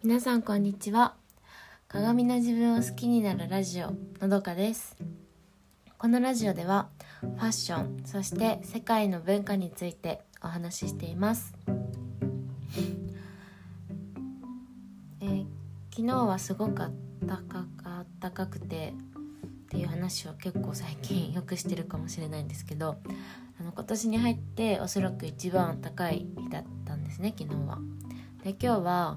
皆さんこんにちは。鏡の自分を好きになるラジオのどかです。このラジオではファッション、そして世界の文化についてお話ししています。昨日はすごく暖かくてっていう話を結構最近よくしてるかもしれないんですけど、今年に入っておそらく一番高い日だったんですね、昨日は。で、今日は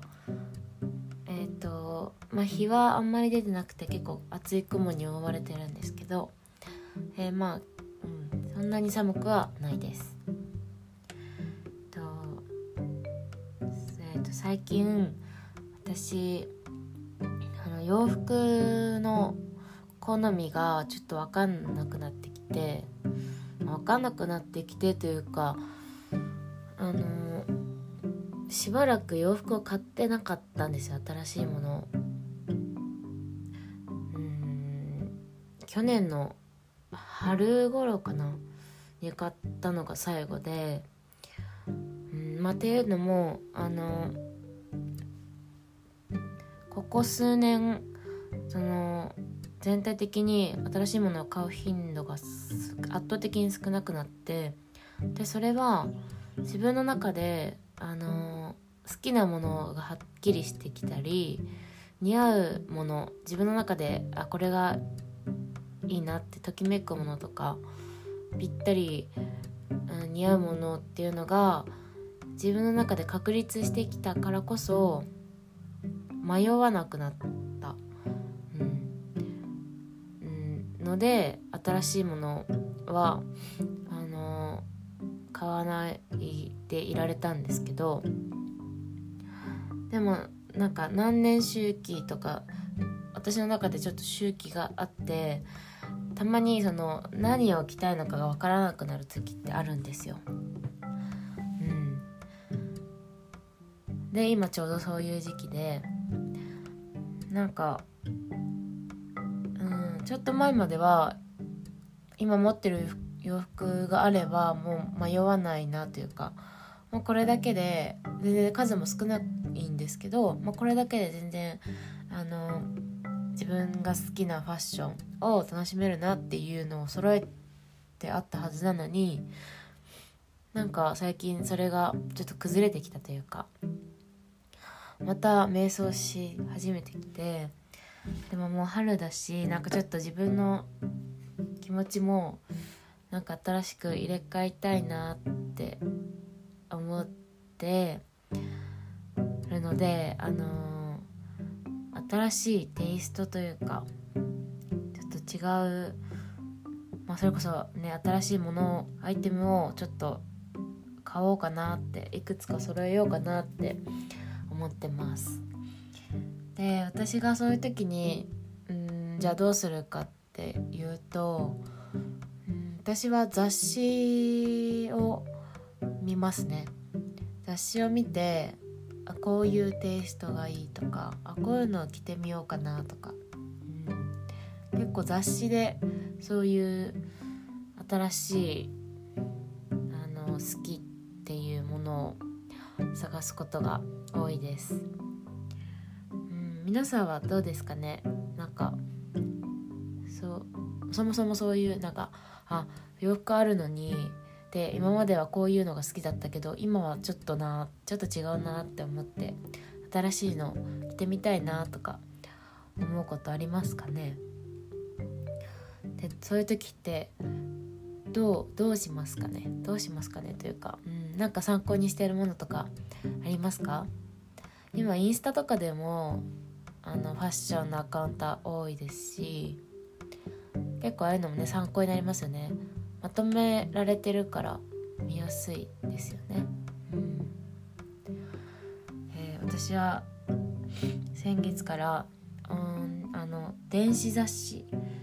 日はあんまり出てなくて結構厚い雲に覆われてるんですけど、そんなに寒くはないです。最近私洋服の好みがちょっと分かんなくなってきてというか、しばらく洋服を買ってなかったんですよ、新しいものを。去年の春頃かなに買ったのが最後で、っていうのもここ数年全体的に新しいものを買う頻度が圧倒的に少なくなって、でそれは自分の中で好きなものがはっきりしてきたり、似合うもの、自分の中でこれがいいなってときめくものとかぴったり、似合うものっていうのが自分の中で確立してきたからこそ迷わなくなった、ので新しいものは買わないでいられたんですけど、でも何年周期とか私の中でちょっと周期があって、たまに何を着たいのかが分からなくなる時ってあるんですよ。で今ちょうどそういう時期で、ちょっと前までは今持ってる洋服があればもう迷わないなというか、もうこれだけで全然数も少ないんですけど、これだけで全然自分が好きなファッションを楽しめるなっていうのを揃えてあったはずなのに、最近それがちょっと崩れてきたというか、また迷走し始めてきて、でももう春だし、ちょっと自分の気持ちも新しく入れ替えたいなって思ってるので、新しいテイストというかちょっと違う、それこそね、新しいものアイテムをちょっと買おうかなって、いくつか揃えようかなって思ってます。で、私がそういう時にじゃあどうするかっていうと、私は雑誌を見ますね。雑誌を見てこういうテイストがいいとか、こういうのを着てみようかなとか、結構雑誌でそういう新しい好きっていうものを探すことが多いです。皆さんはどうですかね。そもそもそういう洋服あるのに、で今まではこういうのが好きだったけど今はちょっと違うなって思って新しいの着てみたいなとか思うことありますかね。でそういう時ってどうしますかねというか、参考にしているものとかありますか。今インスタとかでもファッションのアカウント多いですし、結構ああいうのもね参考になりますよね。まとめられてるから見やすいですよね。私は先月から電子雑誌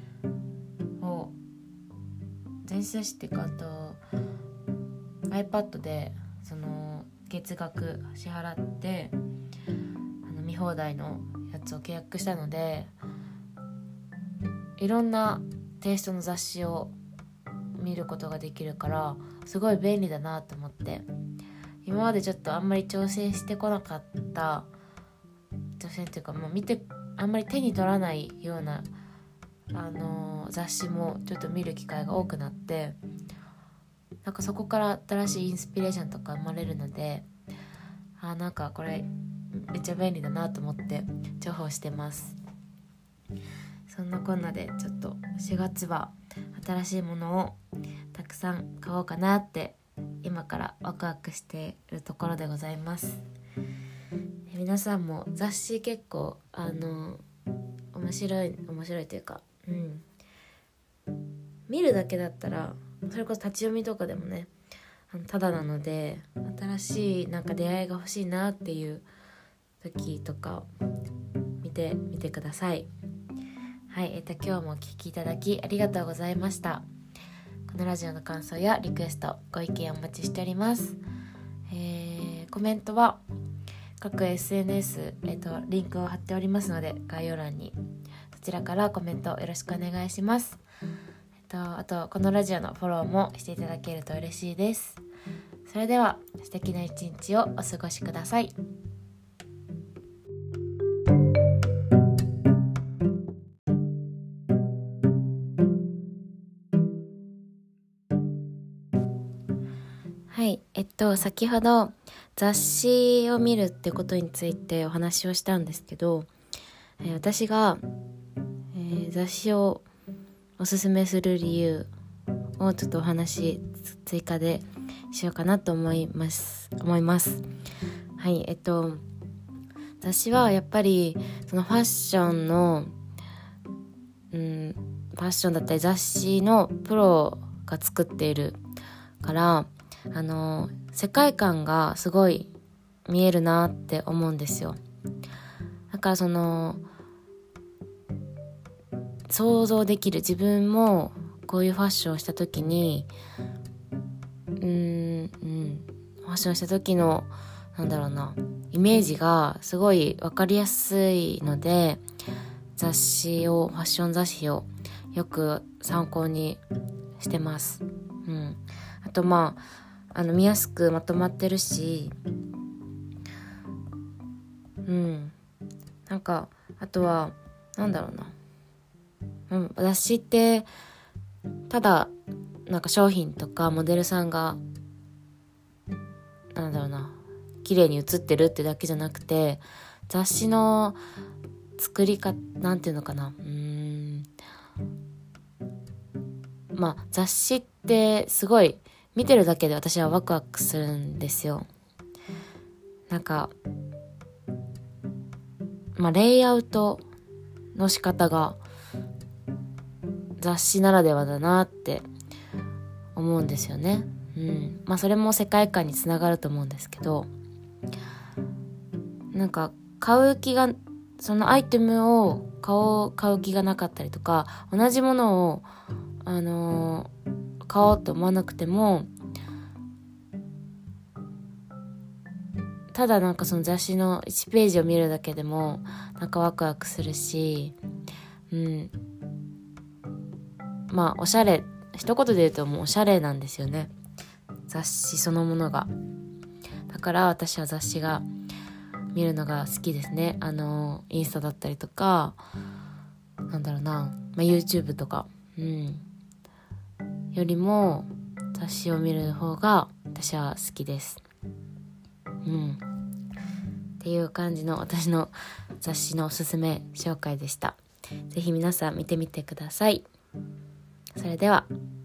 っていうか、iPad で月額支払って見放題のやつを契約したので、いろんなテイストの雑誌を見ることができるからすごい便利だなと思って、今までちょっとあんまり挑戦してこなかった女性っていうか、あんまり手に取らないような雑誌もちょっと見る機会が多くなって、なんかそこから新しいインスピレーションとか生まれるので、なんかこれめっちゃ便利だなと思って重宝してます。そんなこんなでちょっと4月は新しいものをたくさん買おうかなって今からワクワクしているところでございます。皆さんも雑誌結構面白いというか、見るだけだったらそれこそ立ち読みとかでもねただなので、新しいなんか出会いが欲しいなっていう時とか見てみてください。はい、今日もお聞きいただきありがとうございました。このラジオの感想やリクエスト、ご意見お待ちしております。コメントは各 SNS、リンクを貼っておりますので、概要欄にそちらからコメントよろしくお願いします。あとこのラジオのフォローもしていただけると嬉しいです。それでは素敵な一日をお過ごしください。はい、先ほど雑誌を見るってことについてお話をしたんですけど、私が、雑誌をおすすめする理由をちょっとお話追加でしようかなと思います。はい、雑誌はやっぱりそのファッションの、ファッションだったり雑誌のプロが作っているから世界観がすごい見えるなって思うんですよ。だから想像できる、自分もこういうファッションをした時にファッションした時のイメージがすごい分かりやすいので、ファッション雑誌をよく参考にしてます。あと見やすくまとまってるし、あとは雑誌ってただ商品とかモデルさんが綺麗に写ってるってだけじゃなくて、雑誌の作り方雑誌ってすごい見てるだけで私はワクワクするんですよ。レイアウトの仕方が雑誌ならではだなって思うんですよね。それも世界観につながると思うんですけど、買う気が、そのアイテムを買う気がなかったりとか、同じものを買おうと思わなくても、ただその雑誌の1ページを見るだけでもワクワクするし、おしゃれ、一言で言うともうおしゃれなんですよね、雑誌そのものが。だから私は雑誌が見るのが好きですね。インスタだったりとかYouTube とか、よりも雑誌を見る方が私は好きです。っていう感じの私の雑誌のおすすめ紹介でした。ぜひ皆さん見てみてください。それでは。